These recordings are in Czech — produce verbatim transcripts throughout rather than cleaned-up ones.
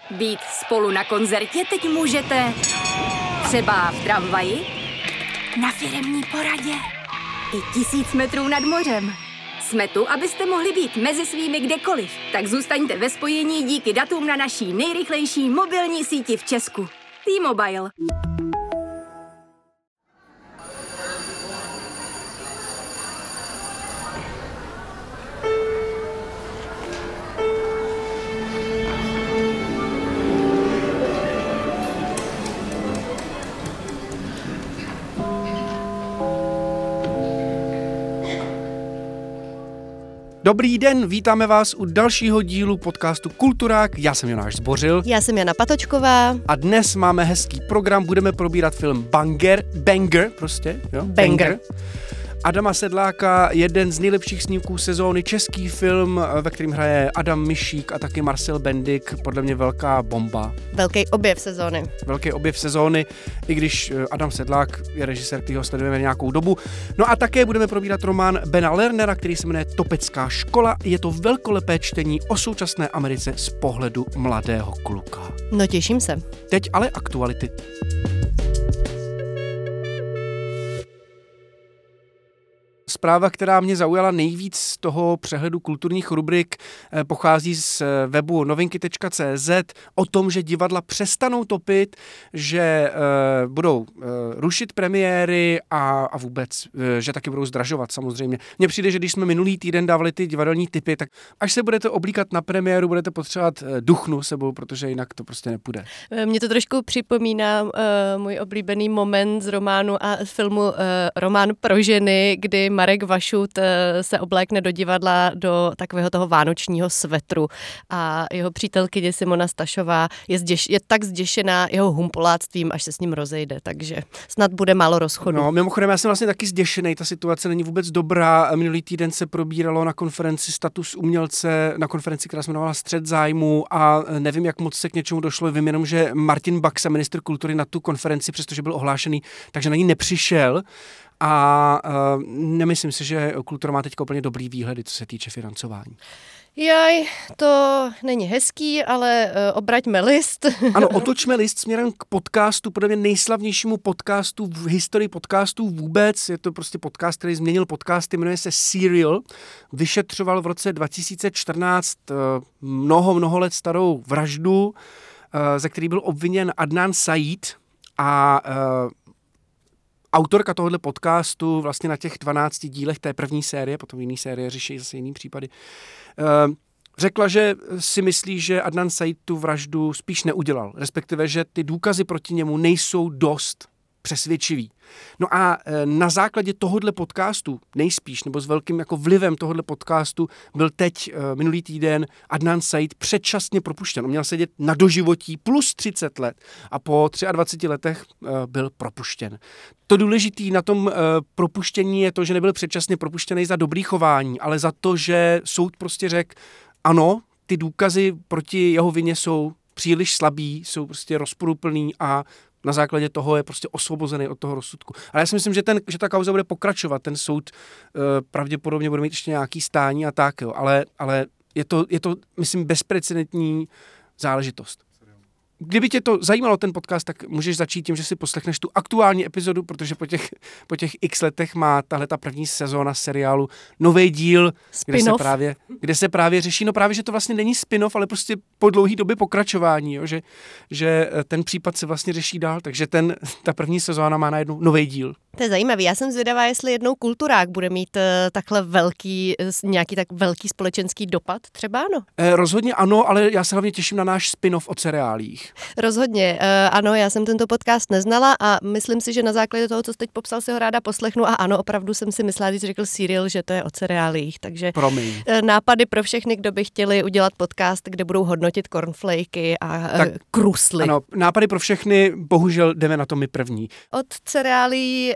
Být spolu na koncertě teď můžete třeba v tramvaji, na firemní poradě i tisíc metrů nad mořem. Jsme tu, abyste mohli být mezi svými kdekoliv. Tak zůstaňte ve spojení díky datům na naší nejrychlejší mobilní síti v Česku. T-Mobile. Dobrý den, vítáme vás u dalšího dílu podcastu Kulturák. Já jsem Jonáš Zbořil. Já jsem Jana Patočková. A dnes máme hezký program, budeme probírat film Banger, Banger prostě, jo? Banger. Banger. Adama Sedláka, jeden z nejlepších snímků sezóny, český film, ve kterém hraje Adam Mišík a taky Marcel Bendik, podle mě velká bomba. Velký objev sezóny. Velký objev sezóny, i když Adam Sedlák je režisér, kterýho sledujeme nějakou dobu. No a také budeme probírat román Bena Lernera, který se jmenuje Topecká škola. Je to velkolepé čtení o současné Americe z pohledu mladého kluka. No těším se. Teď ale aktuality. Zpráva, která mě zaujala nejvíc z toho přehledu kulturních rubrik, pochází z webu novinky tečka cé zet o tom, že divadla přestanou topit, že uh, budou uh, rušit premiéry a, a vůbec, uh, že taky budou zdražovat samozřejmě. Mně přijde, že když jsme minulý týden dávali ty divadelní tipy, tak až se budete oblíkat na premiéru, budete potřebovat uh, duchnu sebou, protože jinak to prostě nepůjde. Mně to trošku připomíná uh, můj oblíbený moment z románu a z filmu uh, Román pro ženy, kdy Marek Vašut se oblékne do divadla do takového toho vánočního svetru a jeho přítelkyně Simona Stašová je, zděš, je tak zděšená jeho humpoláctvím, až se s ním rozejde, takže snad bude málo rozchodu. No, mimochodem, já jsem vlastně taky zděšený, ta situace není vůbec dobrá. Minulý týden se probíralo na konferenci Status umělce, na konferenci, která se jmenovala Střet zájmů a nevím, jak moc se k něčemu došlo. Vím jenom, že Martin Baxa, ministr kultury, na tu konferenci, přestože byl ohlášený, takže na ní nepřišel. A uh, nemyslím si, že kultura má teď úplně dobrý výhledy, co se týče financování. Jaj, to není hezký, ale uh, obraťme list. Ano, otočme list směrem k podcastu, podle mě nejslavnějšímu podcastu v historii podcastů vůbec. Je to prostě podcast, který změnil podcasty, jmenuje se Serial. Vyšetřoval v roce dva tisíce čtrnáct uh, mnoho, mnoho let starou vraždu, uh, ze který byl obviněn Adnan Said a uh, autorka tohohle podcastu vlastně na těch dvanácti dílech té první série, potom jiný série řeší zase jiný případy, řekla, že si myslí, že Adnan Said tu vraždu spíš neudělal, respektive, že ty důkazy proti němu nejsou dost přesvědčivý. No a na základě tohohle podcastu, nejspíš, nebo s velkým jako vlivem tohohle podcastu, byl teď minulý týden Adnan Said předčasně propuštěn. On měl sedět na doživotí plus třicet let a po dvaceti třech letech byl propuštěn. To důležité na tom propuštění je to, že nebyl předčasně propuštěný za dobrý chování, ale za to, že soud prostě řekl, ano, ty důkazy proti jeho vině jsou příliš slabý, jsou prostě rozporuplný a na základě toho je prostě osvobozený od toho rozsudku. Ale já si myslím, že, ten, že ta kauza bude pokračovat. Ten soud uh, pravděpodobně bude mít ještě nějaký stání a tak, jo. Ale, ale je, to, je to, myslím, bezprecedentní záležitost. Kdyby tě to zajímalo, ten podcast, tak můžeš začít tím, že si poslechneš tu aktuální epizodu, protože po těch, po těch x letech má tahle ta první sezóna seriálu nový díl, kde se, právě, kde se právě řeší, no právě, že to vlastně není spin-off, ale prostě po dlouhý době pokračování, jo, že, že ten případ se vlastně řeší dál, takže ten, ta první sezóna má najednou nový díl. To je zajímavý. Já jsem zvědavá, jestli jednou Kulturák bude mít uh, takhle velký, uh, nějaký tak velký společenský dopad. Třeba ano? Eh, rozhodně ano, ale já se hlavně těším na náš spin-off o seriálích. Rozhodně. Uh, ano, já jsem tento podcast neznala a myslím si, že na základě toho, co jsi teď popsal, si ho ráda poslechnu. A ano, opravdu jsem si myslela, když jsi řekl seriál, že to je o seriálích. Takže Promiň. Uh, nápady pro všechny, kdo by chtěli udělat podcast, kde budou hodnotit cornflakey a tak, uh, krusly. Ano, nápady pro všechny, bohužel jdeme na to my první. Od seriálí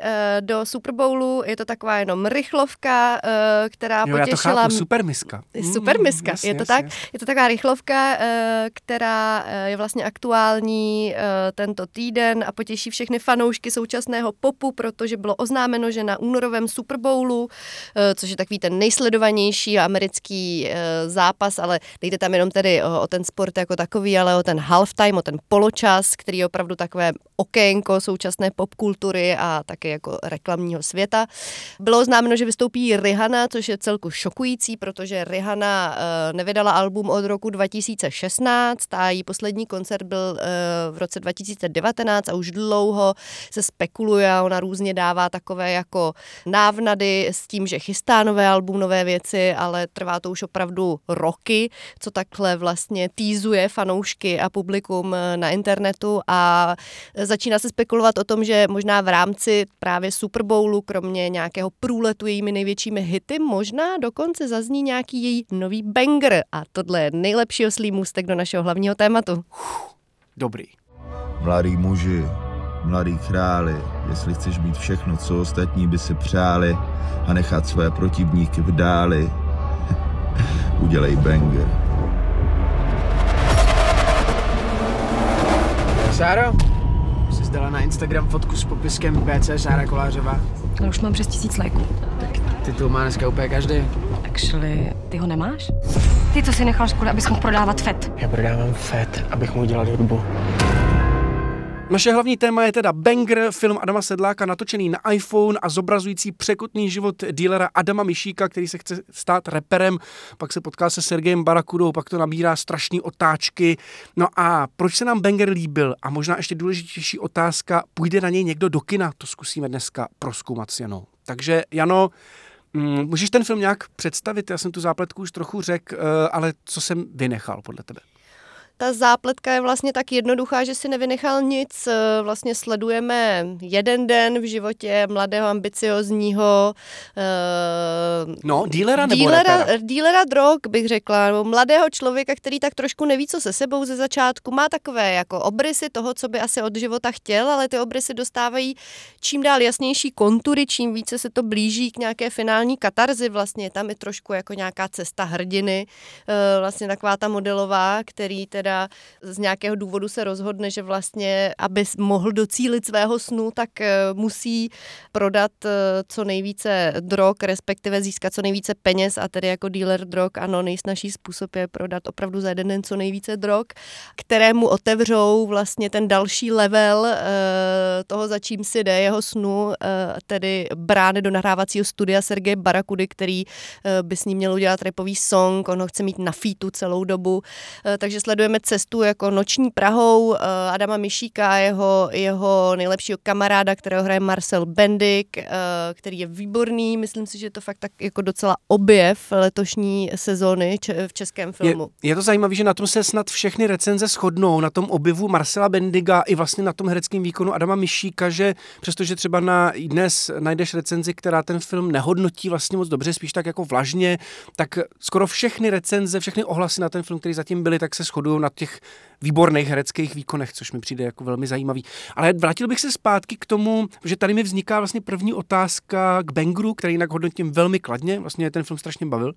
do Super Bowlu, je to taková jenom rychlovka, která jo, potěšila... Já to chápu, super miska. Super miska, mm, je to yes, tak? Yes. Je to taková rychlovka, která je vlastně aktuální tento týden a potěší všechny fanoušky současného popu, protože bylo oznámeno, že na únorovém Super Bowlu, což je takový ten nejsledovanější americký zápas, ale nejde tam jenom tedy o, o ten sport jako takový, ale o ten halftime, o ten poločas, který je opravdu takové okénko současné popkultury a také jako reklamního světa. Bylo oznámeno, že vystoupí Rihanna, což je celku šokující, protože Rihanna uh, nevydala album od roku dva tisíce šestnáct a její poslední koncert byl uh, v roce dva tisíce devatenáct a už dlouho se spekuluje a ona různě dává takové jako návnady s tím, že chystá nové album, nové věci, ale trvá to už opravdu roky, co takhle vlastně týzuje fanoušky a publikum na internetu a začíná se spekulovat o tom, že možná v rámci právě Super Bowlu, kromě nějakého průletu jejími největšími hity, možná dokonce zazní nějaký její nový banger. A tohle je nejlepší oslý můstek do našeho hlavního tématu. Dobrý. Mladý muži, mladý králi, jestli chceš mít všechno, co ostatní by si přáli a nechat své protivníky v dáli, udělej banger. Sáro, jsi zdala na Instagram fotku s popiskem B C Sára Kolářová? Ale už mám přes tisíc lajků. Tak titul má dneska úplně každý. Actually, ty ho nemáš? Ty to si nechal školy, abys mohl prodávat fet. Já prodávám fet, abych mu udělal hudbu. Naše hlavní téma je teda Banger, film Adama Sedláka natočený na iPhone a zobrazující překotný život dealera Adama Mišíka, který se chce stát raperem, pak se potká se Sergejem Barakudou, pak to nabírá strašný otáčky. No a proč se nám Banger líbil? A možná ještě důležitější otázka, půjde na něj někdo do kina? To zkusíme dneska prozkoumat s Janou. Takže Jano, mm, můžeš ten film nějak představit? Já jsem tu zápletku už trochu řekl, ale co jsem vynechal podle tebe? Ta zápletka je vlastně tak jednoduchá, že si nevynechal nic. Vlastně sledujeme jeden den v životě mladého, ambiciozního... Uh, no, dílera nebo dílera, rapera? Dílera drog, bych řekla, nebo mladého člověka, který tak trošku neví, co se sebou ze začátku. Má takové jako obrysy toho, co by asi od života chtěl, ale ty obrysy dostávají čím dál jasnější kontury, čím více se to blíží k nějaké finální katarzi. Vlastně tam je trošku jako nějaká cesta hrdiny, uh, vlastně taková ta modelová, který teda z nějakého důvodu se rozhodne, že vlastně, aby mohl docílit svého snu, tak musí prodat co nejvíce drog, respektive získat co nejvíce peněz a tedy jako dealer drog, ano, nejsnažší způsob je prodat opravdu za jeden den co nejvíce drog, kterému otevřou vlastně ten další level toho, za čím si jde jeho snu, tedy brány do nahrávacího studia Sergeje Barakudy, který by s ním měl udělat rapový song, on ho chce mít na featu celou dobu, takže sledujeme cestu jako noční Prahou Adama Mišíka, jeho, jeho nejlepšího kamaráda, kterého hraje Marcel Bendik, který je výborný. Myslím si, že je to fakt tak jako docela objev letošní sezóny v českém filmu. Je, je to zajímavé, že na tom se snad všechny recenze shodnou, na tom objevu Marcela Bendiga i vlastně na tom hereckém výkonu Adama Mišíka, že přestože třeba na dnes najdeš recenzi, která ten film nehodnotí vlastně moc dobře, spíš tak jako vlažně, tak skoro všechny recenze, všechny ohlasy na ten film, který zatím byly, tak se shodují na těch výborných hereckých výkonech, což mi přijde jako velmi zajímavý. Ale vrátil bych se zpátky k tomu, že tady mi vzniká vlastně první otázka k Bangeru, který jinak hodnotím velmi kladně, vlastně ten film strašně bavil.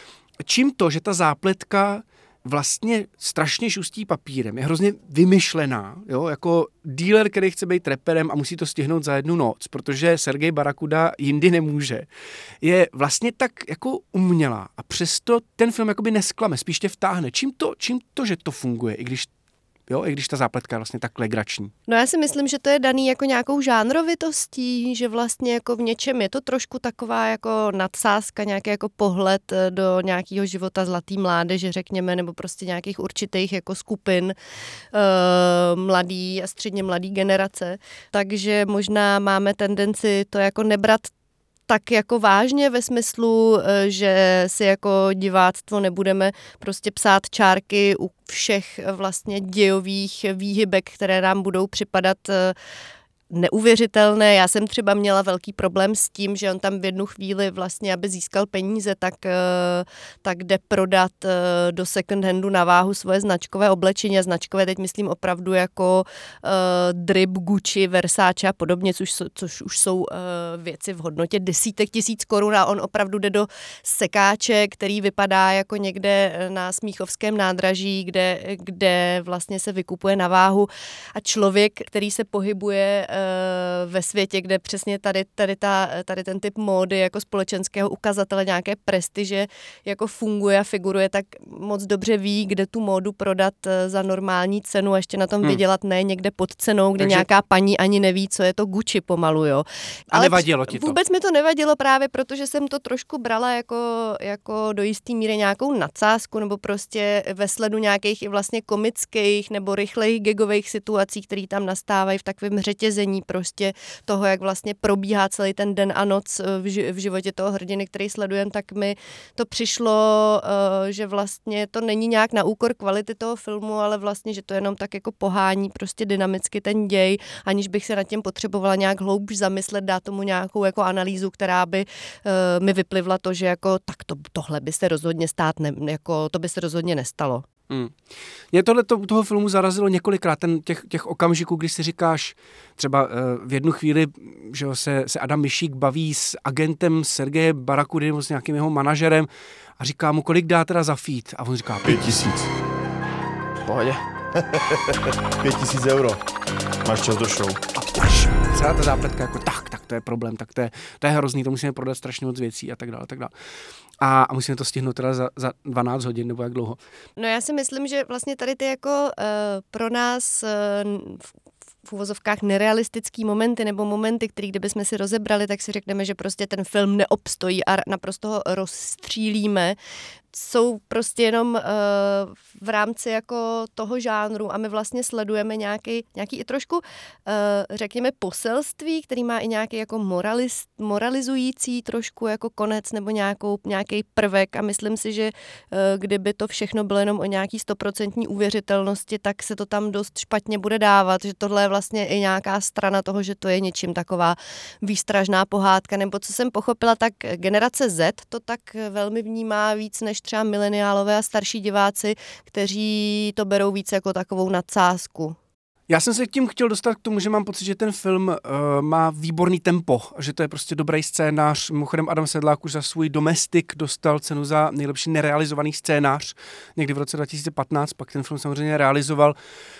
Čím to, že ta zápletka vlastně strašně šustí papírem, je hrozně vymyšlená, jo, jako dealer, který chce být reperem a musí to stihnout za jednu noc, protože Sergej Barakuda jindy nemůže, je vlastně tak jako umělá a přesto ten film jakoby nesklame, spíš tě vtáhne. Čím to, čím to, že to funguje, i když Jo, i když ta zápletka je vlastně tak legrační. No já si myslím, že to je daný jako nějakou žánrovitostí, že vlastně jako v něčem je to trošku taková jako nadsázka, nějaký jako pohled do nějakého života zlatý mládeže, řekněme, nebo prostě nějakých určitých jako skupin uh, mladý a středně mladý generace. Takže možná máme tendenci to jako nebrat tak jako vážně ve smyslu, že si jako diváctvo nebudeme prostě psát čárky u všech vlastně dějových výhybek, které nám budou připadat neuvěřitelné. Já jsem třeba měla velký problém s tím, že on tam v jednu chvíli vlastně, aby získal peníze, tak, tak jde prodat do second handu na váhu svoje značkové oblečení a značkové teď myslím opravdu jako uh, Drip, Gucci, Versace a podobně, což, což už jsou uh, věci v hodnotě desítek tisíc korun a on opravdu jde do sekáče, který vypadá jako někde na Smíchovském nádraží, kde, kde vlastně se vykupuje na váhu a člověk, který se pohybuje uh, ve světě, kde přesně tady, tady, ta, tady ten typ módy jako společenského ukazatele nějaké prestiže jako funguje a figuruje, tak moc dobře ví, kde tu módu prodat za normální cenu a ještě na tom hmm. vydělat ne někde pod cenou, kde Takže... nějaká paní ani neví, co je to Gucci pomalu, jo. A ale nevadilo ti to? Vůbec mi to nevadilo právě, protože jsem to trošku brala jako, jako do jistý míry nějakou nadsázku nebo prostě ve sledu nějakých i vlastně komických nebo rychlejch gagových situací, které tam nastávají v takovém řetězení prostě toho, jak vlastně probíhá celý ten den a noc v, ži- v životě toho hrdiny, který sledujeme, tak mi to přišlo, uh, že vlastně to není nějak na úkor kvality toho filmu, ale vlastně, že to jenom tak jako pohání prostě dynamicky ten děj, aniž bych se nad tím potřebovala nějak hloubš zamyslet, dát tomu nějakou jako analýzu, která by uh, mi vyplivla to, že jako tak to, tohle by se rozhodně stát, ne, jako to by se rozhodně nestalo. Hmm. Mě tohle to, toho filmu zarazilo několikrát, ten těch, těch okamžiků, kdy si říkáš, třeba uh, v jednu chvíli, že jo, se, se Adam Mišík baví s agentem Sergeje Barakudy nebo s nějakým jeho manažerem a říká mu, kolik dá teda za feed? A on říká, pět tisíc. V pohodě. Pět tisíc euro. Máš čas do show. A už celá ta zápletka jako tak, tak to je problém, tak to je, to je hrozný, to musíme prodat strašně moc věcí a tak dále, tak dále. A, a musíme to stihnout teda za, za dvanáct hodin, nebo jak dlouho? No já si myslím, že vlastně tady ty jako uh, pro nás uh, v, v uvozovkách nerealistický momenty nebo momenty, které kdybychom si rozebrali, tak si řekneme, že prostě ten film neobstojí a naprosto ho rozstřílíme, jsou prostě jenom uh, v rámci jako toho žánru a my vlastně sledujeme nějaký, nějaký i trošku, uh, řekněme, poselství, který má i nějaký jako moralist, moralizující trošku jako konec nebo nějakou, nějaký prvek a myslím si, že uh, kdyby to všechno bylo jenom o nějaký stoprocentní uvěřitelnosti, tak se to tam dost špatně bude dávat, že tohle je vlastně i nějaká strana toho, že to je něčím taková výstražná pohádka, nebo co jsem pochopila, tak generace Z to tak velmi vnímá víc než třeba mileniálové a starší diváci, kteří to berou víc jako takovou nadsázku. Já jsem se tím chtěl dostat k tomu, že mám pocit, že ten film uh, má výborný tempo, že to je prostě dobrý scénář. Mimochodem Adam Sedlák už za svůj Domestik dostal cenu za nejlepší nerealizovaný scénář někdy v roce dva tisíce patnáct, pak ten film samozřejmě realizoval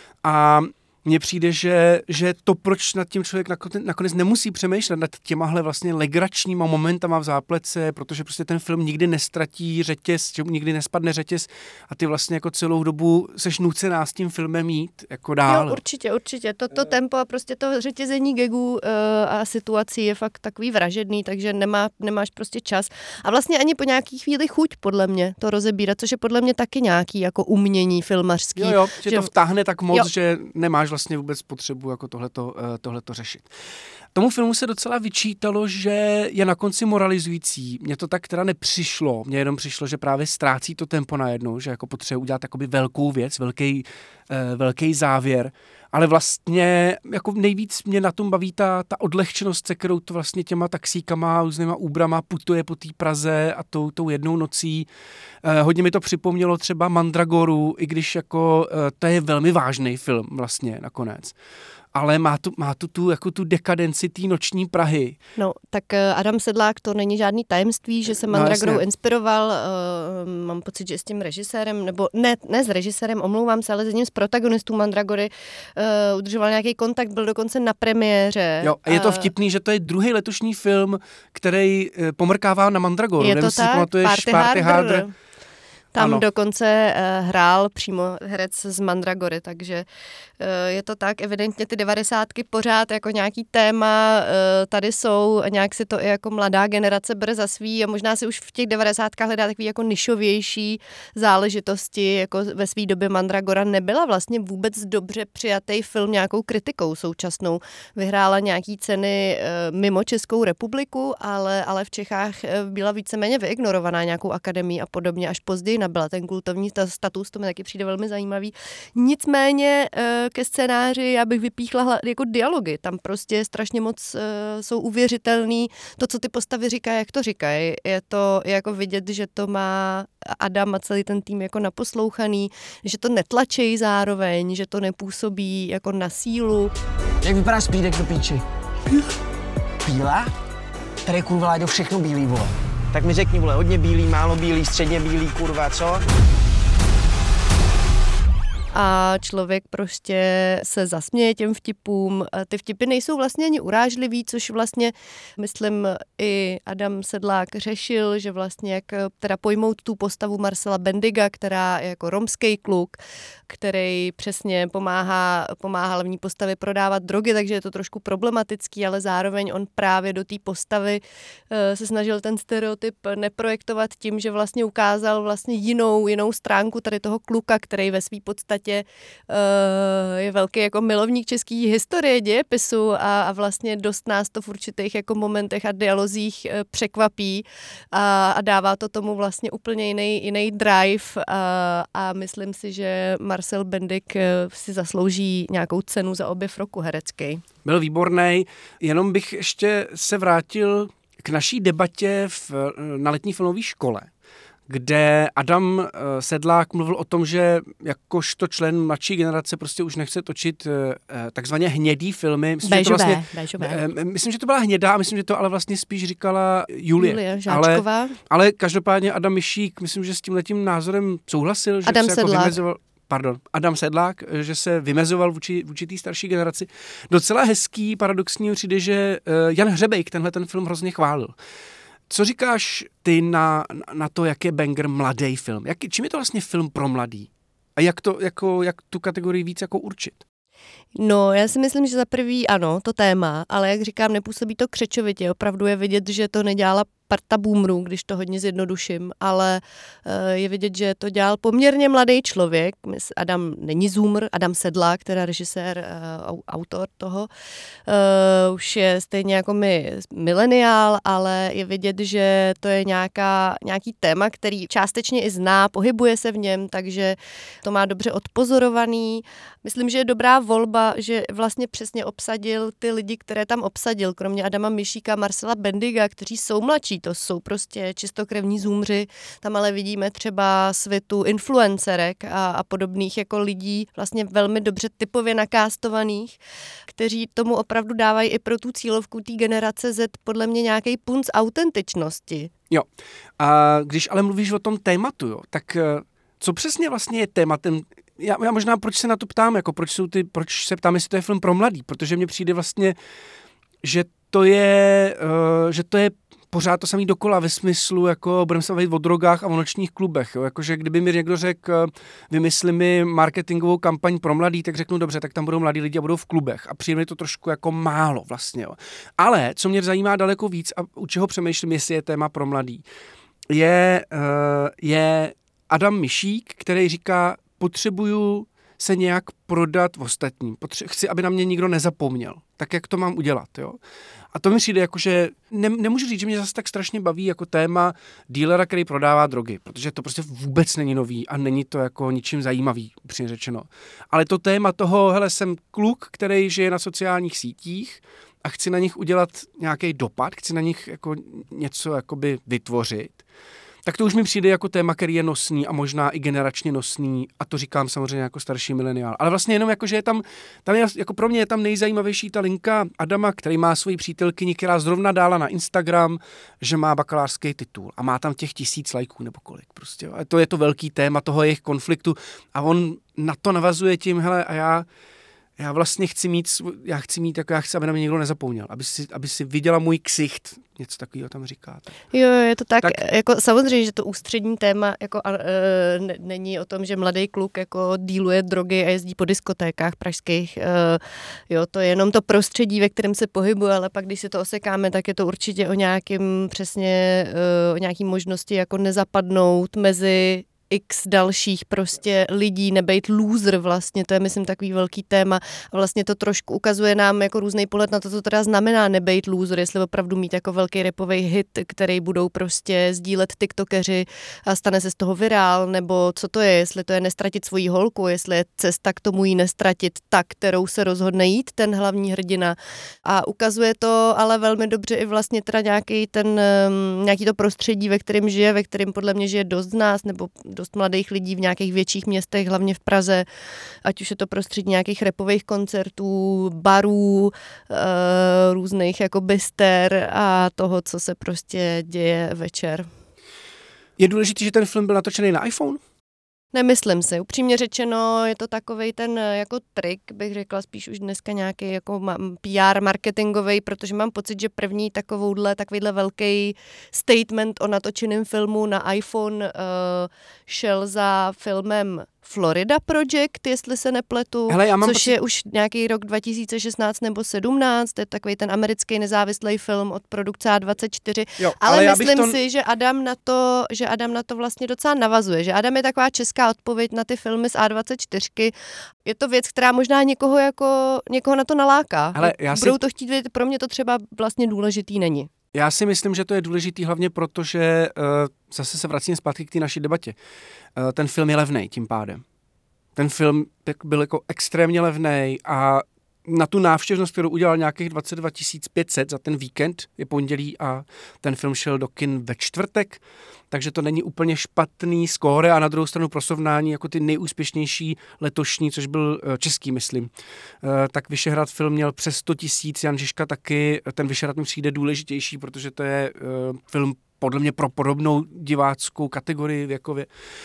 a mně přijde, že, že to, proč nad tím člověk nakonec nemusí přemýšlet, nad těmahle vlastně legračníma momentama v záplece, protože prostě ten film nikdy nestratí řetěz, nikdy nespadne řetěz a ty vlastně jako celou dobu seš nucená s tím filmem jít jako dál. Jo, určitě, určitě. To, to tempo a prostě to řetězení gagů uh, a situací je fakt takový vražedný, takže nemá, nemáš prostě čas. A vlastně ani po nějaký chvíli chuť, podle mě, to rozebírat, což je podle mě taky nějaký jako umění filmařský. Jo, jo, že, že to vtáhne tak moc, jo. že nemáš vlastně vůbec potřebu jako tohleto, tohleto řešit. Tomu filmu se docela vyčítalo, že je na konci moralizující. Mně to tak teda nepřišlo. Mně jenom přišlo, že právě ztrácí to tempo najednou, že jako potřebuje udělat jakoby velkou věc, velký, velký závěr. Ale vlastně jako nejvíc mě na tom baví ta, ta odlehčenost, se kterou to vlastně těma taxíkama, různýma Ubrama putuje po té Praze a tou, tou jednou nocí. Eh, hodně mi to připomnělo třeba Mandragoru, i když jako eh, to je velmi vážný film vlastně nakonec. Ale má tu, má tu, tu, jako tu dekadenci té noční Prahy. No, tak Adam Sedlák, to není žádný tajemství, že se Mandragorou no, inspiroval. Uh, mám pocit, že s tím režisérem, nebo ne, ne s režisérem, omlouvám se, ale s jedním z protagonistů Mandragory uh, udržoval nějaký kontakt, byl dokonce na premiéře. Jo, a je to vtipný, že to je druhý letošní film, který uh, pomrkává na Mandragoru. Je to Nevím, tak, Party, Party Harder. Harder. Tam ano. dokonce uh, hrál přímo herec z Mandragory, takže uh, je to tak, evidentně ty devadesátky pořád jako nějaký téma uh, tady jsou a nějak si to i jako mladá generace bere za svý a možná si už v těch devadesátkách hledá takový jako nišovější záležitosti, jako ve své době Mandragora nebyla vlastně vůbec dobře přijatý film nějakou kritikou současnou. Vyhrála nějaký ceny uh, mimo Českou republiku, ale, ale v Čechách uh, byla víceméně vyignorovaná nějakou akademií a podobně až později nabyla ten kultovní status, to mi taky přijde velmi zajímavý. Nicméně ke scénáři já bych vypíchla jako dialogy, tam prostě strašně moc jsou uvěřitelný, to, co ty postavy říkají, jak to říkají. Je to jako vidět, že to má Adam a celý ten tým jako naposlouchaný, že to netlačí zároveň, že to nepůsobí jako na sílu. Jak vypadá Speedek do píči? Bílá? Tady je kurva Láďo všechno bílý, vole. Tak mi řekni, vole, hodně bílý, málo bílý, středně bílý, kurva, co? A člověk prostě se zasměje těm vtipům. Ty vtipy nejsou vlastně ani urážlivý, což vlastně, myslím, i Adam Sedlák řešil, že vlastně jak teda pojmout tu postavu Marcela Bendiga, která je jako romský kluk, který přesně pomáhá, pomáhá hlavní postavě prodávat drogy, takže je to trošku problematický, ale zároveň on právě do té postavy se snažil ten stereotyp neprojektovat tím, že vlastně ukázal vlastně jinou, jinou stránku tady toho kluka, který ve své podstatě je velký jako milovník české historie, dějepisu a, a vlastně dost nás to v určitých jako momentech a dialozích překvapí a, a dává to tomu vlastně úplně jiný, jiný drive a, a myslím si, že Marcel Bendik si zaslouží nějakou cenu za objev roku herecký. Byl výborný, jenom bych ještě se vrátil k naší debatě v, na letní filmové škole, kde Adam Sedlák mluvil o tom, že jakožto člen mladší generace prostě už nechce točit takzvaně hnědý filmy. Myslím, béžové, že to vlastně, béžové. Myslím, že to byla hnědá, myslím, že to ale vlastně spíš říkala Julie. Julie Žáčková. Ale, ale každopádně Adam Mišík, myslím, že s tímhletím názorem souhlasil. Že Adam se Sedlák. Jako vymezoval, pardon, Adam Sedlák, že se vymezoval vůči, vůči té starší generaci. Docela hezký, paradoxní přijde, že Jan Hřebejk tenhle ten film hrozně chválil. Co říkáš ty na, na to, jak je Banger mladý film? Jak, čím je to vlastně film pro mladý? A jak, to, jako, jak tu kategorii víc jako určit? No, já si myslím, že za prvý ano, to téma, ale jak říkám, nepůsobí to křečovitě. Opravdu je vidět, že to nedělala parta boomerů, když to hodně zjednoduším, ale je vidět, že to dělal poměrně mladý člověk. Adam není zoomer, Adam Sedlák, teda režisér, autor toho, už je stejně jako my mileniál, ale je vidět, že to je nějaká, nějaký téma, který částečně i zná, pohybuje se v něm, takže to má dobře odpozorovaný. Myslím, že je dobrá volba, že vlastně přesně obsadil ty lidi, které tam obsadil, kromě Adama Mišíka, Marcela Bendiga, kteří jsou mladší. To jsou prostě čistokrevní zoomři. Tam ale vidíme třeba světu influencerek a, a podobných jako lidí, vlastně velmi dobře typově nakástovaných, kteří tomu opravdu dávají i pro tu cílovku té generace Z podle mě nějaký punc autentičnosti. Jo. A když ale mluvíš o tom tématu, jo, tak co přesně vlastně je tématem? Já, já možná proč se na to ptám, jako proč, jsou ty, proč se ptám, jestli to je film pro mladý, protože mně přijde vlastně, že to je, uh, že to je pořád to samý dokola ve smyslu, jako budeme se bavit o drogách a o nočních klubech. Jo? Jakože kdyby mi někdo řekl, vymysli mi marketingovou kampaň pro mladý, tak řeknu dobře, tak tam budou mladí lidi a budou v klubech. A přijde mi to trošku jako málo vlastně. Jo? Ale co mě zajímá daleko víc a u čeho přemýšlím, jestli je téma pro mladý, je, uh, je Adam Mišík, který říká, potřebuju se nějak prodat v ostatním. Potře- chci, aby na mě nikdo nezapomněl. Tak jak to mám udělat, jo? A to mi přijde jako, že ne, nemůžu říct, že mě zase tak strašně baví jako téma dílera, který prodává drogy, protože to prostě vůbec není nový a není to jako ničím zajímavý, upřímně řečeno. Ale to téma toho, hele, jsem kluk, který žije na sociálních sítích a chci na nich udělat nějaký dopad, chci na nich jako něco jakoby vytvořit, tak to už mi přijde jako téma, který je nosný a možná i generačně nosný, a to říkám samozřejmě jako starší mileniál. Ale vlastně jenom jako, že je tam, tam je, jako pro mě je tam nejzajímavější ta linka Adama, který má svoji přítelkyni, která zrovna dala na Instagram, že má bakalářský titul a má tam těch tisíc lajků nebo kolik prostě. A to je to velký téma toho jejich konfliktu a on na to navazuje tím, hele, a já Já vlastně chci mít, já chci mít, jako já chci, aby na mě někdo nezapomněl, aby si, aby si viděla můj ksicht, něco takového tam říká. Jo, je to tak, tak jako samozřejmě, že to ústřední téma jako a, e, ne, není o tom, že mladý kluk jako díluje drogy a jezdí po diskotékách pražských, e, jo, to je jenom to prostředí, ve kterém se pohybuje, ale pak, když si to osekáme, tak je to určitě o nějakým přesně, e, o nějaký možnosti jako nezapadnout mezi x dalších prostě lidí, nebejt loser vlastně, to je myslím takový velký téma a vlastně to trošku ukazuje nám jako různý pohled na to, co teda znamená nebejt loser, jestli opravdu mít jako velký rapový hit, který budou prostě sdílet tiktokeři a stane se z toho virál, nebo co to je, jestli to je nestratit svoji holku, jestli je cesta k tomu jí nestratit ta, kterou se rozhodne jít ten hlavní hrdina. A ukazuje to ale velmi dobře i vlastně teda nějaký ten, nějaký to prostředí, ve kterém žije, ve kterém podle mě žije dost z nás, nebo dost mladých lidí v nějakých větších městech, hlavně v Praze, ať už je to prostředí nějakých rapových koncertů, barů, e, různých jako bister a toho, co se prostě děje večer. Je důležité, že ten film byl natočený na iPhone? Nemyslím si. Upřímně řečeno, je to takovej ten jako trik, bych řekla spíš už dneska nějaký jako P R marketingový, protože mám pocit, že první takovouhle, takovýhle velký statement o natočeném filmu na iPhone uh, šel za filmem Florida Project, jestli se nepletu, Hele, já mám což pocit... je už nějaký rok dva tisíce šestnáct nebo sedmnáct, to je takový ten americký nezávislý film od produkce A dvacet čtyři, jo, ale, ale myslím to... si, že Adam na to, že Adam na to vlastně docela navazuje, že Adam je taková česká odpověď na ty filmy z A dvacet čtyři. Je to věc, která možná někoho jako někoho na to naláká. Hele, já si... Budou to chtít vědět, pro mě to třeba vlastně důležitý není. Já si myslím, že to je důležitý hlavně proto, že uh, zase se vracím zpátky k té naší debatě. Uh, ten film je levnej tím pádem. Ten film byl jako extrémně levnej a na tu návštěvnost, kterou udělal nějakých dvacet dva tisíc pět set za ten víkend, je pondělí a ten film šel do kin ve čtvrtek, takže to není úplně špatný skóre a na druhou stranu pro srovnání jako ty nejúspěšnější letošní, což byl český, myslím. Tak Vyšehrad film měl přes sto tisíc, Jan Žižka taky, ten Vyšehrad mi přijde důležitější, protože to je film podle mě pro podobnou diváckou kategorii věkově.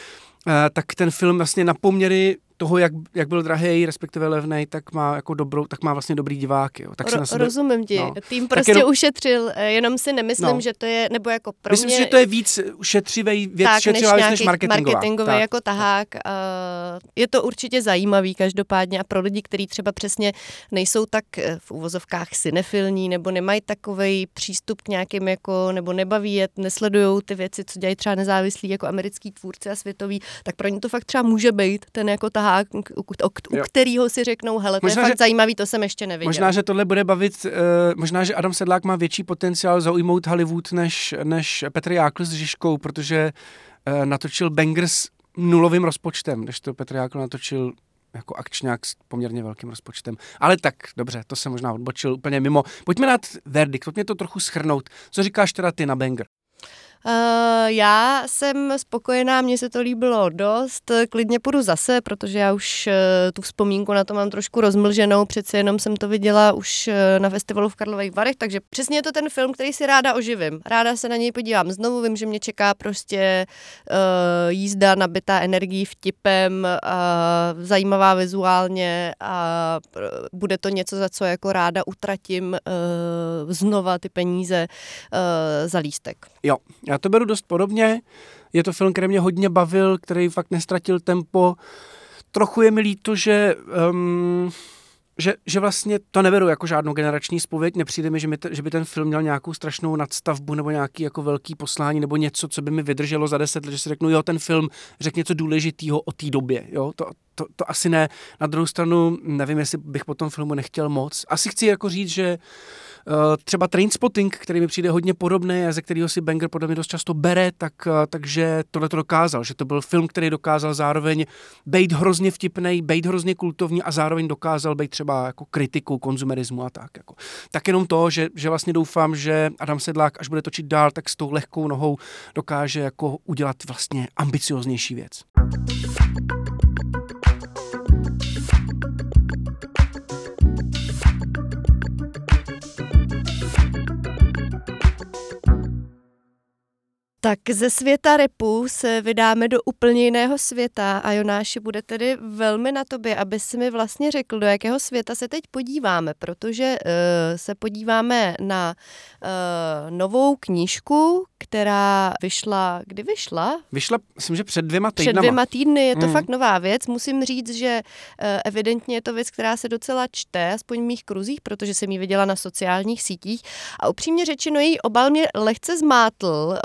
Tak ten film vlastně na poměry toho, jak, jak byl drahej, respektive levnej, tak má jako dobrou, tak má vlastně dobrý diváky. Jo. Tak Ro, na sebe, rozumím ti. No. Tým prostě jenom, ušetřil, jenom si nemyslím, no. že to je, nebo jako pro Myslím mě... si, že to je víc šetřivej věc, tak, šetřivá než věc než marketingová. marketingový tak. jako tahák. Uh, je to určitě zajímavý každopádně a pro lidi, kteří třeba přesně nejsou tak v uvozovkách cinefilní, nebo nemají takovej přístup k nějakým jako, nebo nebaví je, nesledujou ty věci, co dělají třeba nezávislí jako americký tvůrci a světoví, tak pro ně to fakt třeba může být ten jako tahák, u kterého si řeknou, hele, to možná, je fakt že, zajímavý, to jsem ještě neviděl. Možná, že tohle bude bavit, uh, možná, že Adam Sedlák má větší potenciál zaujmout Hollywood než, než Petr Jákl s Žižkou, protože uh, natočil banger s nulovým rozpočtem, když to Petr Jákl natočil jako akčňák s poměrně velkým rozpočtem. Ale tak, dobře, to jsem možná odbočil úplně mimo. Pojďme dát verdikt, pojďme to trochu shrnout. Co říkáš teda ty na banger? Uh, já jsem spokojená, mně se to líbilo dost, klidně půjdu zase, protože já už uh, tu vzpomínku na to mám trošku rozmlženou, přece jenom jsem to viděla už uh, na festivalu v Karlových Varech, takže přesně je to ten film, který si ráda oživím. Ráda se na něj podívám znovu, vím, že mě čeká prostě uh, jízda nabitá energií, vtipem, uh, zajímavá vizuálně a uh, bude to něco, za co jako ráda utratím uh, znova ty peníze uh, za lístek. Jo, já to beru dost podobně. Je to film, který mě hodně bavil, který fakt nestratil tempo. Trochu je mi líto, že, um, že, že vlastně to neberu jako žádnou generační zpověď. Nepřijde mi, že, mi t- že by ten film měl nějakou strašnou nadstavbu nebo nějaký jako velký poslání nebo něco, co by mi vydrželo za deset let, že si řeknu, jo, ten film řekl něco důležitého o té době. Jo? To, to, to asi ne. Na druhou stranu, nevím, jestli bych po tom filmu nechtěl moc. Asi chci jako říct, že Uh, třeba Trainspotting, který mi přijde hodně podobný a ze kterého si banger podle mě dost často bere, tak, uh, takže tohle to dokázal, že to byl film, který dokázal zároveň být hrozně vtipnej, být hrozně kultovní a zároveň dokázal být třeba jako kritikou konzumerismu a tak. Jako. Tak jenom to, že, že vlastně doufám, že Adam Sedlák, až bude točit dál, tak s tou lehkou nohou dokáže jako udělat vlastně ambicioznější věc. Tak ze světa rapu se vydáme do úplně jiného světa a Jonáši, bude tedy velmi na tobě, aby si mi vlastně řekl, do jakého světa se teď podíváme, protože uh, se podíváme na uh, novou knížku, která vyšla, kdy vyšla? Vyšla, myslím, že před dvěma týdnama. Před dvěma týdny, je to mm. fakt nová věc. Musím říct, že uh, evidentně je to věc, která se docela čte, aspoň v mých kruzích, protože jsem ji viděla na sociálních sítích a upřímně řečeno její obal mě lehce zmátl. Uh, mysl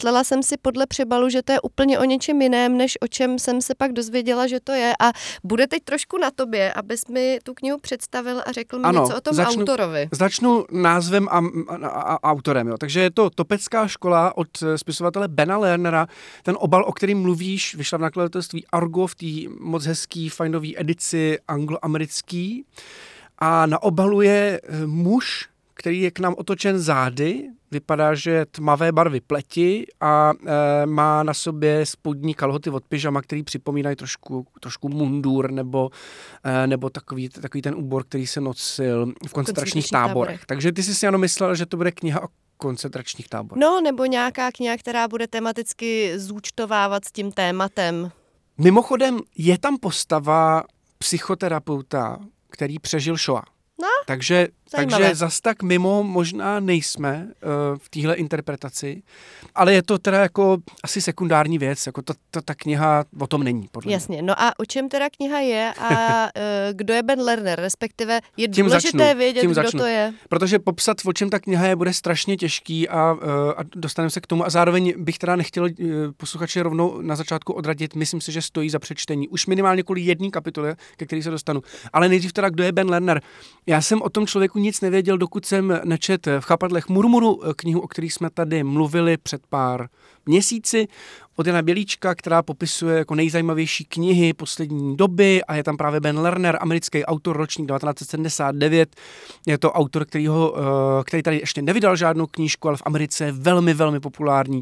myslela jsem si podle přebalu, že to je úplně o něčem jiném, než o čem jsem se pak dozvěděla, že to je. A bude teď trošku na tobě, abys mi tu knihu představil a řekl mi ano, něco o tom začnu, autorovi. Začnu názvem a, a, a autorem. Jo. Takže je to Topecká škola od spisovatele Bena Lernera. Ten obal, o kterým mluvíš, vyšla v nakladatelství Argo v té moc hezký, fajnový edici angloamerický. A na obalu je muž, který je k nám otočen zády, vypadá, že je tmavé barvy pleti a e, má na sobě spodní kalhoty od pyžama, který připomínají trošku, trošku mundur nebo, e, nebo takový, takový ten úbor, který se nosil v koncentračních táborech. táborech. Takže ty jsi si ano myslel, že to bude kniha o koncentračních táborech. No, nebo nějaká kniha, která bude tematicky zúčtovávat s tím tématem. Mimochodem, je tam postava psychoterapeuta, který přežil Shoah. No, takže, takže zas tak mimo možná nejsme uh, v téhle interpretaci, ale je to teda jako asi sekundární věc, jako to, to, ta kniha o tom není, podle Jasně, mě. No a o čem teda kniha je a uh, kdo je Ben Lerner, respektive je tím důležité začnu, vědět, kdo začnu. to je. Protože popsat, o čem ta kniha je, bude strašně těžký a, uh, a dostaneme se k tomu a zároveň bych teda nechtěl uh, posluchače rovnou na začátku odradit, myslím si, že stojí za přečtení. Už minimálně kvůli jedné kapitole, ke který se dostanu. Ale nejdřív teda, kdo je Ben Lerner. Já jsem o tom člověku nic nevěděl, dokud jsem nečet v Chapadlech murmuru, knihu, o který jsme tady mluvili před pár měsíci, od Jana Bělíčka, která popisuje jako nejzajímavější knihy poslední doby a je tam právě Ben Lerner, americký autor, ročník devatenáct set sedmdesát devět. Je to autor, který, ho, který tady ještě nevydal žádnou knížku, ale v Americe je velmi, velmi populární.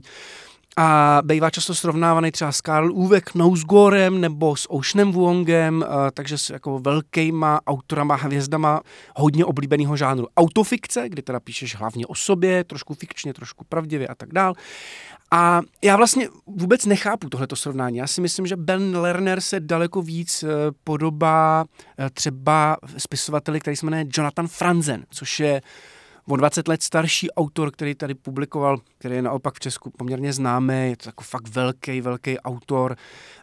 A bývá často srovnávaný třeba s Karl Uwe Knausgårdem nebo s Oceanem Vuongem, takže s jako velkýma autorama, hvězdama hodně oblíbeného žánru autofikce, kdy teda píšeš hlavně o sobě, trošku fikčně, trošku pravdivě a tak dál. A já vlastně vůbec nechápu tohleto srovnání. Já si myslím, že Ben Lerner se daleko víc podobá třeba spisovateli, který se jmenuje Jonathan Franzen, což je o dvacet let starší autor, který tady publikoval, který je naopak v Česku poměrně známý, je to jako fakt velký, velký autor,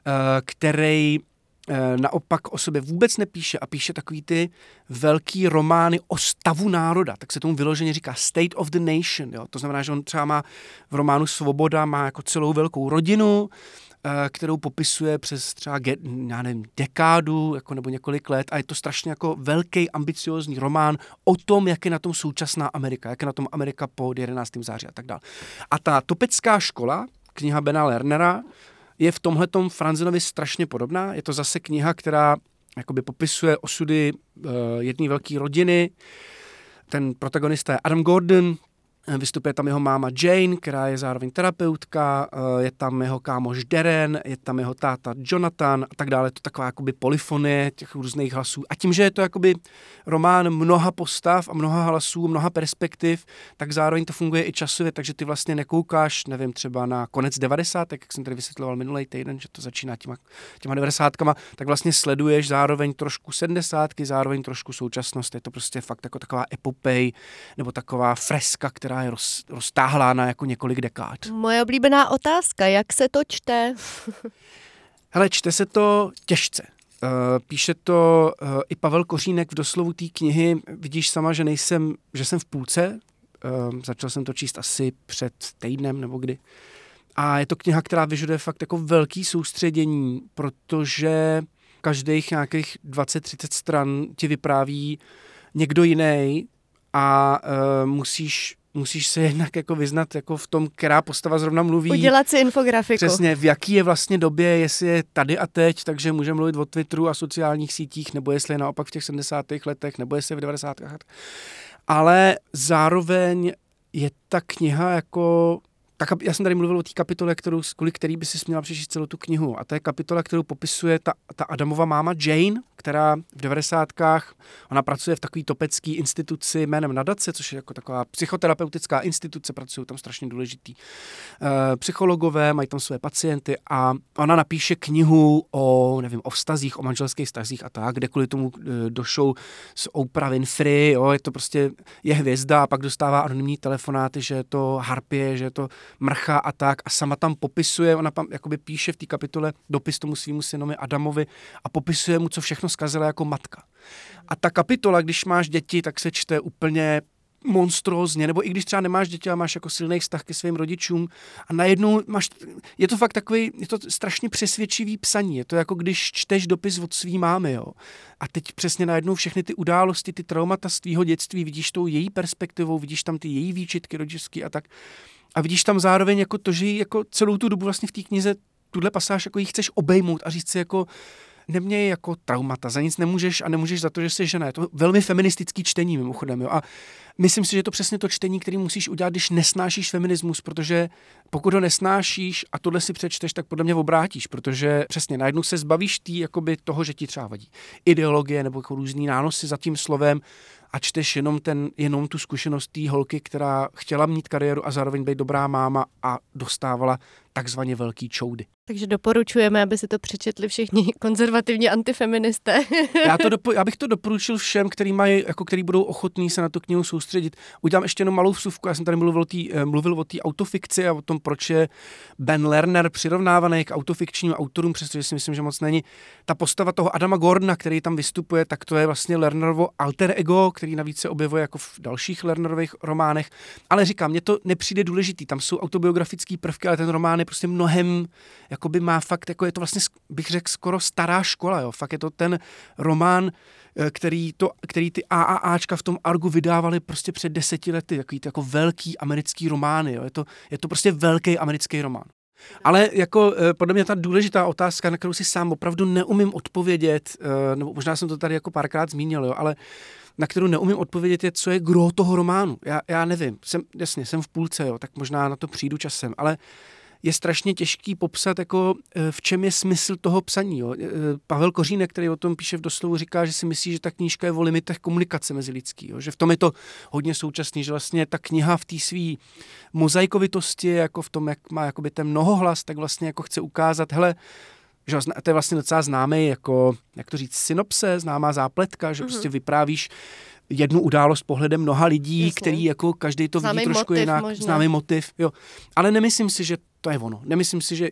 který naopak o sobě vůbec nepíše a píše takový ty velký romány o stavu národa, tak se tomu vyloženě říká State of the Nation, jo? To znamená, že on třeba má v románu Svoboda má jako celou velkou rodinu, kterou popisuje přes třeba, já nevím, dekádu jako nebo několik let a je to strašně jako velký, ambiciózní román o tom, jak je na tom současná Amerika, jak je na tom Amerika po jedenáctého září a tak dále. A ta Topecká škola, kniha Bena Lernera, je v tomhletom Franzenovi strašně podobná. Je to zase kniha, která jakoby popisuje osudy uh, jedné velké rodiny. Ten protagonista je Adam Gordon, vystupuje tam jeho máma Jane, která je zároveň terapeutka, je tam jeho kámoš Darren, je tam jeho táta Jonathan a tak dále. Je to taková jakoby polyfonie těch různých hlasů. A tím, že je to jakoby román mnoha postav a mnoha hlasů, mnoha perspektiv, tak zároveň to funguje i časově, takže ty vlastně nekoukáš, nevím, třeba na konec devadesátek, jak jsem tady vysvětloval minulý týden, že to začíná těma, těma devadesátkama, tak vlastně sleduješ zároveň trošku sedmdesátky, zároveň trošku současnost. Je to prostě fakt jako taková epopej nebo taková freska, která je roz, roztáhlá na jako několik dekád. Moje oblíbená otázka, jak se to čte? Hele, čte se to těžce. Uh, píše to uh, i Pavel Kořínek v doslovu té knihy. Vidíš sama, že nejsem, že jsem v půlce. Uh, začal jsem to číst asi před týdnem nebo kdy. A je to kniha, která vyžaduje fakt jako velký soustředění, protože každých nějakých dvacet třicet stran ti vypráví někdo jiný a uh, musíš musíš se jednak jako vyznat jako v tom, která postava zrovna mluví. Udělat si infografiku. Přesně, v jaký je vlastně době, jestli je tady a teď, takže můžeme mluvit o Twitteru a sociálních sítích, nebo jestli je naopak v těch sedmdesátých letech, nebo jestli je v devadesátkách. Ale zároveň je ta kniha jako... Tak já jsem tady mluvil o té kapitole, kterou, kvůli který by si měla přečíst celou tu knihu. A to je kapitola, kterou popisuje ta, ta Adamova máma Jane, která v devadesátkách, ona pracuje v takové topecké instituci jménem Nadace, což je jako taková psychoterapeutická instituce, pracují tam strašně důležitý uh, psychologové, mají tam své pacienty a ona napíše knihu o, nevím, o vztazích, o manželských vztazích a tak, kde kvůli tomu uh, došou s Oprah Winfrey, jo, je to prostě, je hvězda a pak dostává anonymní telefonáty, že je to harpie, že je to mrcha a tak a sama tam popisuje, ona tam jakoby píše v té kapitole dopis tomu svýmu synovi Adamovi a popisuje mu, co všechno zkazila jako matka. A ta kapitola, když máš děti, tak se čte úplně monstrózně, nebo i když třeba nemáš děti a máš jako silný vztah ke svým rodičům a najednou máš, je to fakt takový, je to strašně přesvědčivý psaní, je to jako když čteš dopis od svý mámy, jo. A teď přesně najednou všechny ty události, ty traumata z tvýho dětství, vidíš tou její perspektivou, vidíš tam ty její výčitky rodičský a tak. A vidíš tam zároveň jako to, že jí jako celou tu dobu vlastně v té knize tuhle pasáž jako jí chceš obejmout a říct si jako neměj jako traumata, za nic nemůžeš a nemůžeš za to, že jsi žena. Je to velmi feministický čtení mimochodem. Jo? A myslím si, že je to přesně to čtení, který musíš udělat, když nesnášíš feminismus, protože pokud ho nesnášíš a tohle si přečteš, tak podle mě obrátíš, protože přesně najednou se zbavíš tý, jakoby toho, že ti třeba vadí ideologie nebo jako různý nánosy za tím slovem a čteš jenom, ten, jenom tu zkušenost té holky, která chtěla mít kariéru a zároveň být dobrá máma a dostávala takzvaně velký čoudy. Takže doporučujeme, aby si to přečetli všichni konzervativní antifeministé. já, to dopo, já bych to doporučil všem, který, mají, jako který budou ochotní se na tu knihu soustředit. Udělám ještě jenom malou vsuvku. Já jsem tady mluvil o té mluvil o té autofikci a o tom, proč je Ben Lerner přirovnávaný k autofikčním autorům, přestože si myslím, že moc není. Ta postava toho Adama Gordona, který tam vystupuje, tak to je vlastně Lernerovo alter ego, který navíc se objevuje jako v dalších Lernerových románech. Ale říkám, mně to nepřijde důležitý. Tam jsou autobiografické prvky, ale ten román je prostě mnohem, jakoby má fakt, jako je to vlastně, bych řekl, skoro stará škola, jo. Fakt je to ten román, který, to, který ty AAAčka v tom Argu vydávali prostě před deseti lety, takový ty jako velký americký romány, jo. Je to, je to prostě velký americký román. Ale jako podle mě ta důležitá otázka, na kterou si sám opravdu neumím odpovědět, nebo možná jsem to tady jako párkrát zmínil, jo, ale na kterou neumím odpovědět je, co je gro toho románu. Já, já nevím, jsem, jasně, jsem v půlce, jo, tak možná na to přijdu časem, ale je strašně těžký popsat, jako v čem je smysl toho psaní. Jo. Pavel Kořínek, který o tom píše v Doslovu, říká, že si myslí, že ta knížka je o limitech komunikace mezi lidský. Jo. Že v tom je to hodně současný, že vlastně ta kniha v té svý mozaikovitosti, jako v tom, jak má jakoby ten mnohohlas, tak vlastně jako chce ukázat, hele, že to je vlastně docela známý, jako, jak to říct, synopse, známá zápletka, že uh-huh. prostě vyprávíš jednu událost pohledem mnoha lidí, Jasně. který jako každý to známý vidí trošku motiv jinak, možná. Známý motiv, jo. Ale nemyslím si, že to je ono. Nemyslím si, že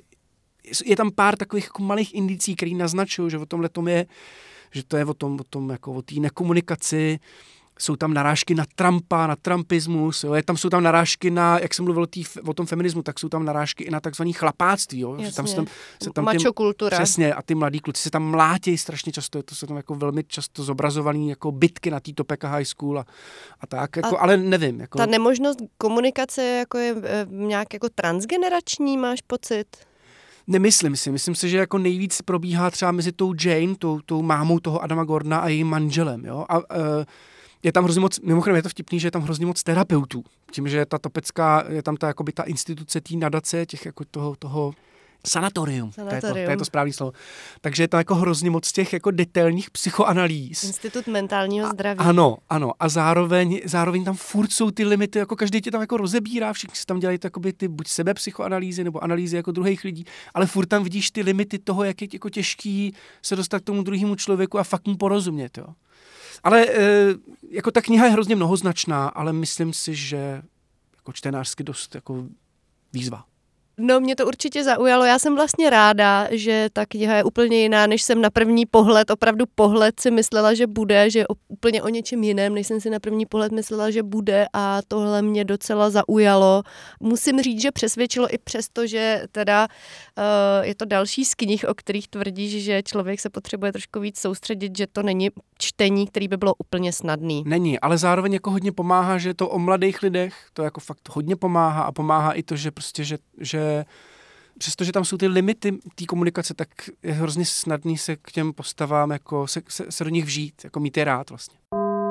je tam pár takových jako malých indicí, který naznačují, že o tomhle tom je, že to je o tom, o tom jako o té nekomunikaci. Jsou tam narážky na Trumpa, na trumpismus, jo. Je tam, jsou tam narážky na, jak jsem mluvil tý, o tom feminismu, tak jsou tam narážky i na takzvaný chlapáctví, jo. Že tam se tam, se tam macho kultura. Přesně, a ty mladí kluci se tam mlátí strašně často, je to jsou tam jako velmi často zobrazovaný jako bitky na té Topeka High School a, a tak, jako, a ale nevím. Jako... Ta nemožnost komunikace jako je e, nějak jako transgenerační, máš pocit? Nemyslím si. Myslím si, že jako nejvíc probíhá třeba mezi tou Jane, tou, tou mámou toho Adama Gordona a jejím manželem, jo. A e, je tam hrozně moc, mimochodem je to vtipný, že je tam hrozně moc terapeutů. Tím, že ta Topecká, je tam ta, jakoby ta instituce té nadace, těch jako toho, toho sanatorium, sanatorium. To, je to, to je to správný slovo. Takže je tam jako hrozně moc těch jako detailních psychoanalýz. Institut mentálního zdraví. A, ano, ano. A zároveň, zároveň tam furt jsou ty limity, jako každý tě tam jako rozebírá, všichni si tam dělají takoby ty buď sebe psychoanalýzy nebo analýzy jako druhých lidí, ale furt tam vidíš ty limity toho, jak je jako těžký se dostat k tomu druhému člověku a fakt mu porozumět, jo. Ale e, jako ta kniha je hrozně mnohoznačná, ale myslím si, že jako čtenářsky dost jako výzva. No, mě to určitě zaujalo. Já jsem vlastně ráda, že ta kniha je úplně jiná, než jsem na první pohled, opravdu pohled si myslela, že bude, že je úplně o něčem jiném, než jsem si na první pohled myslela, že bude, a tohle mě docela zaujalo. Musím říct, že přesvědčilo i přesto, že teda uh, je to další z knih, o kterých tvrdíš, že člověk se potřebuje trošku víc soustředit, že to není čtení, který by bylo úplně snadný. Není, ale zároveň jako hodně pomáhá, že je to o mladých lidech, to jako fakt hodně pomáhá a pomáhá i to, že prostě, že, že přestože tam jsou ty limity té komunikace, tak je hrozně snadný se k těm postavám, jako se, se, se do nich vžít, jako mít je rád vlastně.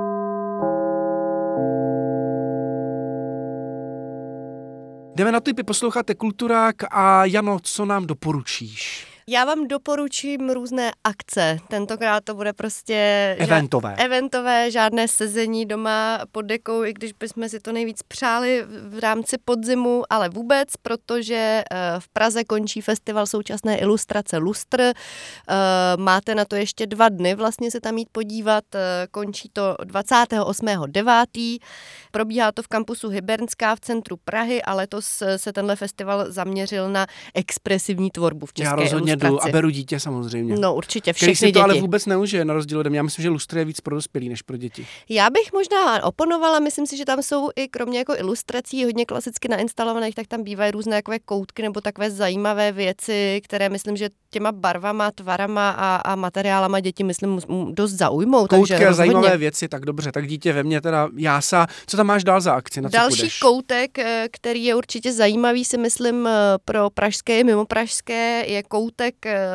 Jdeme na tipy, posloucháte Kulturák a Jano, co nám doporučíš? Já vám doporučím různé akce. Tentokrát to bude prostě... Eventové. Ža- eventové, žádné sezení doma pod dekou, i když bychom si to nejvíc přáli v rámci podzimu, ale vůbec, protože v Praze končí festival současné ilustrace Lustr. Máte na to ještě dva dny vlastně se tam jít podívat. Končí to dvacátého osmého devátého Probíhá to v kampusu Hybernská v centru Prahy, a letos se tenhle festival zaměřil na expresivní tvorbu v české ilustraci. nejedu a beru dítě samozřejmě. No určitě, všechny všechny děti. To děti. ale vůbec neužije, na rozdíl ode mě. Já myslím, že lustr je víc pro dospělí než pro děti. Já bych možná oponovala, myslím si, že tam jsou i kromě jako ilustrací hodně klasicky nainstalovaných, tak tam bývají různé takové koutky nebo takové zajímavé věci, které myslím, že těma barvama, tvarama a, a materiálama děti, myslím, dost zaujmou. Koutky takže a rozhodně. zajímavé věci, tak dobře, tak dítě ve mně teda jása. Co tam máš dál za akci? Na co Další půjdeš? koutek, který je určitě zajímavý, si myslím, pro pražské i mimo pražské, je koutek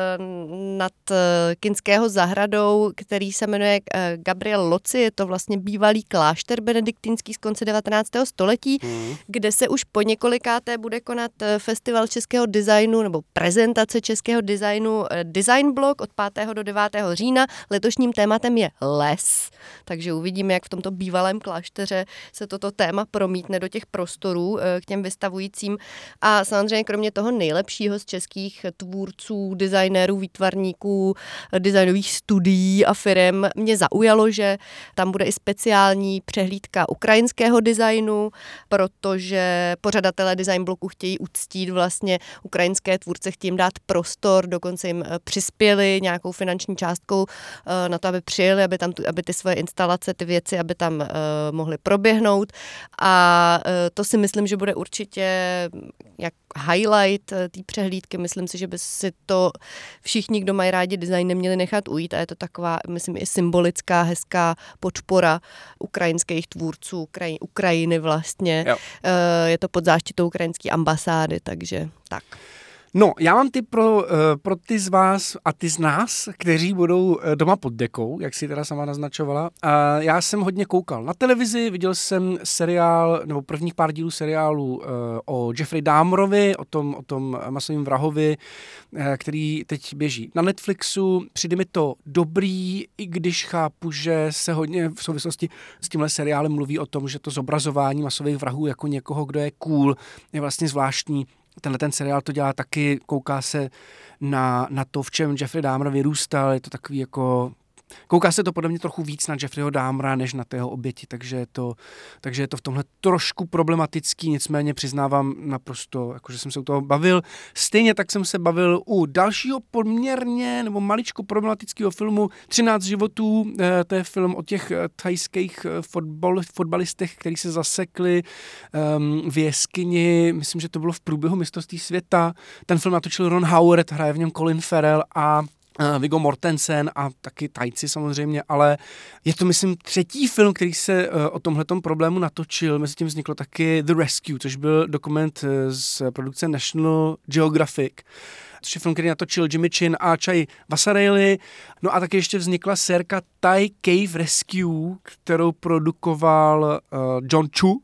nad Kinského zahradou, který se jmenuje Gabriel Loci. Je to vlastně bývalý klášter benediktínský z konce devatenáctého století, hmm. kde se už po několikáté bude konat festival českého designu nebo prezentace českého designu Design Block od pátého do devátého října. Letošním tématem je les, takže uvidíme, jak v tomto bývalém klášteře se toto téma promítne do těch prostorů k těm vystavujícím. A samozřejmě kromě toho nejlepšího z českých tvůrců, designérů, výtvarníků, designových studií a firem mě zaujalo, že tam bude i speciální přehlídka ukrajinského designu, protože pořadatelé Design Bloku chtějí uctít vlastně ukrajinské tvůrce, chtějí jim dát prostor, dokonce jim přispěli nějakou finanční částkou na to, aby přijeli, aby tam tu, aby ty svoje instalace, ty věci, aby tam uh, mohly proběhnout. A uh, to si myslím, že bude určitě jak highlight uh, té přehlídky. Myslím si, že by si to všichni, kdo mají rádi design, neměli nechat ujít. A je to taková, myslím, i symbolická, hezká podpora ukrajinských tvůrců, Ukraj- Ukrajiny vlastně. Uh, je to pod záštitou ukrajinské ambasády, takže tak. No, já mám ty pro, pro ty z vás a ty z nás, kteří budou doma pod dekou, jak si teda sama naznačovala. A já jsem hodně koukal na televizi, viděl jsem seriál, nebo prvních pár dílů seriálu o Jeffrey Dahmerovi, o tom, o tom masovém vrahovi, který teď běží na Netflixu. Přijde mi to dobrý, i když chápu, že se hodně v souvislosti s tímhle seriálem mluví o tom, že to zobrazování masových vrahů jako někoho, kdo je cool, je vlastně zvláštní. Tenhle ten seriál to dělá taky, kouká se na, na to, v čem Jeffrey Dahmer vyrůstal, je to takový jako... Kouká se to podle mě trochu víc na Jeffreyho Dahmera, než na tého oběti, takže je to, takže je to v tomhle trošku problematický, nicméně přiznávám naprosto, jakože jsem se u toho bavil. Stejně tak jsem se bavil u dalšího poměrně nebo maličko problematického filmu třináct životů, to je film o těch thajských fotbal, fotbalistech, kteří se zasekli um, v jeskyni, myslím, že to bylo v průběhu mistrovství světa. Ten film natočil Ron Howard, hraje v něm Colin Farrell a Viggo Mortensen a taky Tajci samozřejmě, ale je to, myslím, třetí film, který se o tomhletom problému natočil. Mezi tím vzniklo taky The Rescue, což byl dokument z produkce National Geographic, což je film, který natočil Jimmy Chin a Chai Vasarhelyi. No a taky ještě vznikla sérka Thai Cave Rescue, kterou produkoval uh, John Chu.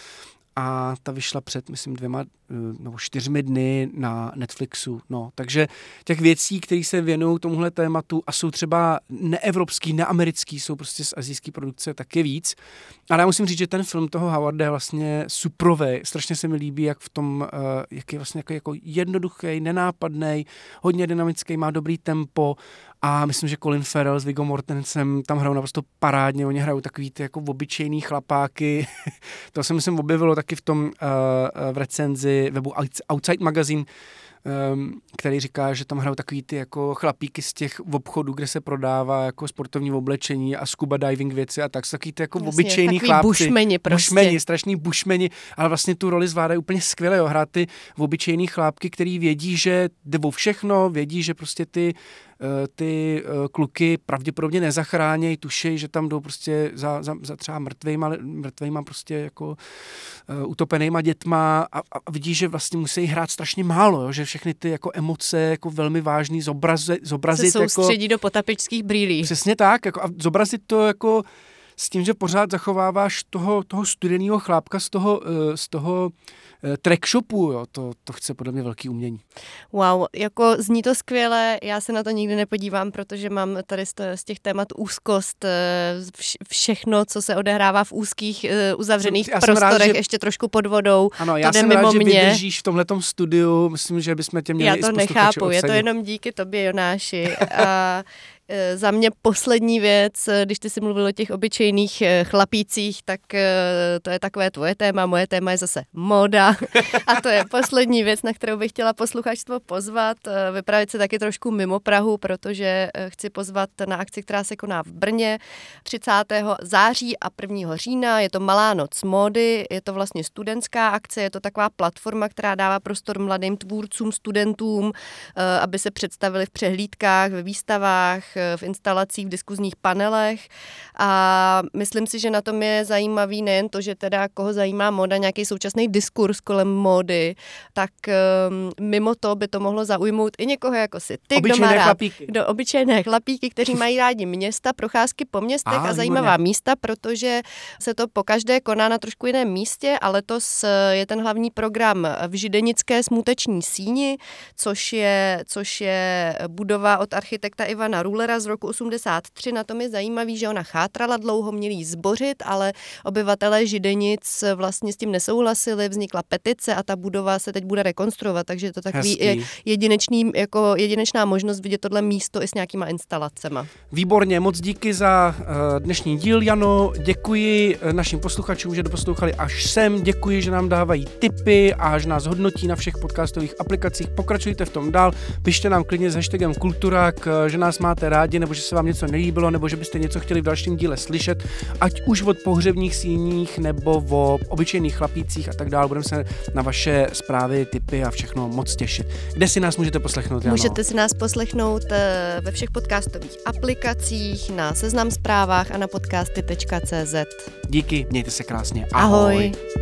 A ta vyšla před, myslím, dvěma nebo čtyřmi dny na Netflixu. No, takže těch věcí, které se věnují tomuhle tématu a jsou třeba neevropský, neamerický, jsou prostě z asijské produkce taky víc. Ale já musím říct, že ten film toho Howarda je vlastně suprovej. Strašně se mi líbí, jak v tom, jak je vlastně jako, jako jednoduchý, nenápadnej, hodně dynamický, má dobrý tempo a myslím, že Colin Farrell s Viggo Mortensem tam hrajou naprosto parádně. Oni hrajou takový ty jako obyčejný chlapáky. To se myslím objevilo taky v tom uh, v recenzi webu Outside Magazine, um, který říká, že tam hrajou takový ty jako chlapíky z těch obchodů, kde se prodává jako sportovní oblečení a scuba diving věci a tak. Jsou takový ty jako Jasně, obyčejný chlapci. bušmeni prostě. Bušmeni, strašný bušmeni, ale vlastně tu roli zvládají úplně skvěle. Jo. Hrát ty obyčejný chlápky, který vědí, že jde o všechno, vědí, že prostě ty ty kluky pravděpodobně nezachránějí, tušejí, že tam jdou prostě za, za, za třeba mrtvejma, mrtvejma prostě jako uh, utopenýma dětma a, a vidí, že vlastně musí hrát strašně málo, jo? Že všechny ty jako emoce jako velmi vážný zobraze, zobrazit. Se soustředí jako, do potapičských brýlí. Přesně tak, jako, a zobrazit to jako s tím, že pořád zachováváš toho, toho studeného chlápka z toho, z toho track shopu, jo, to, to chce podle mě velký umění. Wow, jako zní to skvěle, já se na to nikdy nepodívám, protože mám tady z těch témat úzkost, všechno, co se odehrává v úzkých uzavřených jsem, prostorech, rád, že... ještě trošku pod vodou, ano, to já jde jsem mimo rád, mě. že vydržíš v tomhletom studiu, myslím, že bychom tě měli já to nechápu, je to jenom díky tobě, Jonáši. A Za mě poslední věc, když ty jsi mluvil o těch obyčejných chlapících, tak to je takové tvoje téma, moje téma je zase móda a to je poslední věc, na kterou bych chtěla posluchačstvo pozvat, vypravit se taky trošku mimo Prahu, protože chci pozvat na akci, která se koná v Brně třicátého září a prvního října, je to Malá noc módy, je to vlastně studentská akce, je to taková platforma, která dává prostor mladým tvůrcům, studentům, aby se představili v přehlídkách, ve výstavách, v instalacích, v diskuzních panelech a myslím si, že na tom je zajímavý nejen to, že teda koho zajímá móda, nějaký současný diskurs kolem módy, tak um, mimo to by to mohlo zaujmout i někoho jako si ty, obyčejné kdo má rád, chlapíky. Kdo, obyčejné chlapíky, kteří mají rádi města, procházky po městech a, a zajímavá výborně. místa, protože se to pokaždé koná na trošku jiném místě a letos je ten hlavní program v Židenické smuteční síni, což je, což je budova od architekta Ivana Rulera z roku osmdesát tři. Na tom je zajímavý, že ona chátrala dlouho, měli ji zbořit, ale obyvatelé Židenic vlastně s tím nesouhlasili, vznikla petice a ta budova se teď bude rekonstruovat, takže je to takový Hezký. jedinečný, jako jedinečná možnost vidět tohle místo i s nějakýma instalacema. Výborně, moc díky za uh, dnešní díl, Jano, děkuji našim posluchačům, že doposlouchali až sem, děkuji, že nám dávají tipy a že nás hodnotí na všech podcastových aplikacích, pokračujte v tom dál, pište nám klidně s hashtagem Kulturák, že nás máte rádi, nebo že se vám něco nelíbilo, nebo že byste něco chtěli v dalším díle slyšet, ať už od pohřebních síních, nebo o obyčejných chlapících a tak dále. Budeme se na vaše zprávy, tipy a všechno moc těšit. Kde si nás můžete poslechnout, Jano? Můžete si nás poslechnout ve všech podcastových aplikacích, na Seznam Zprávách a na podcasty tečka cé zet. Díky, mějte se krásně. Ahoj. Ahoj.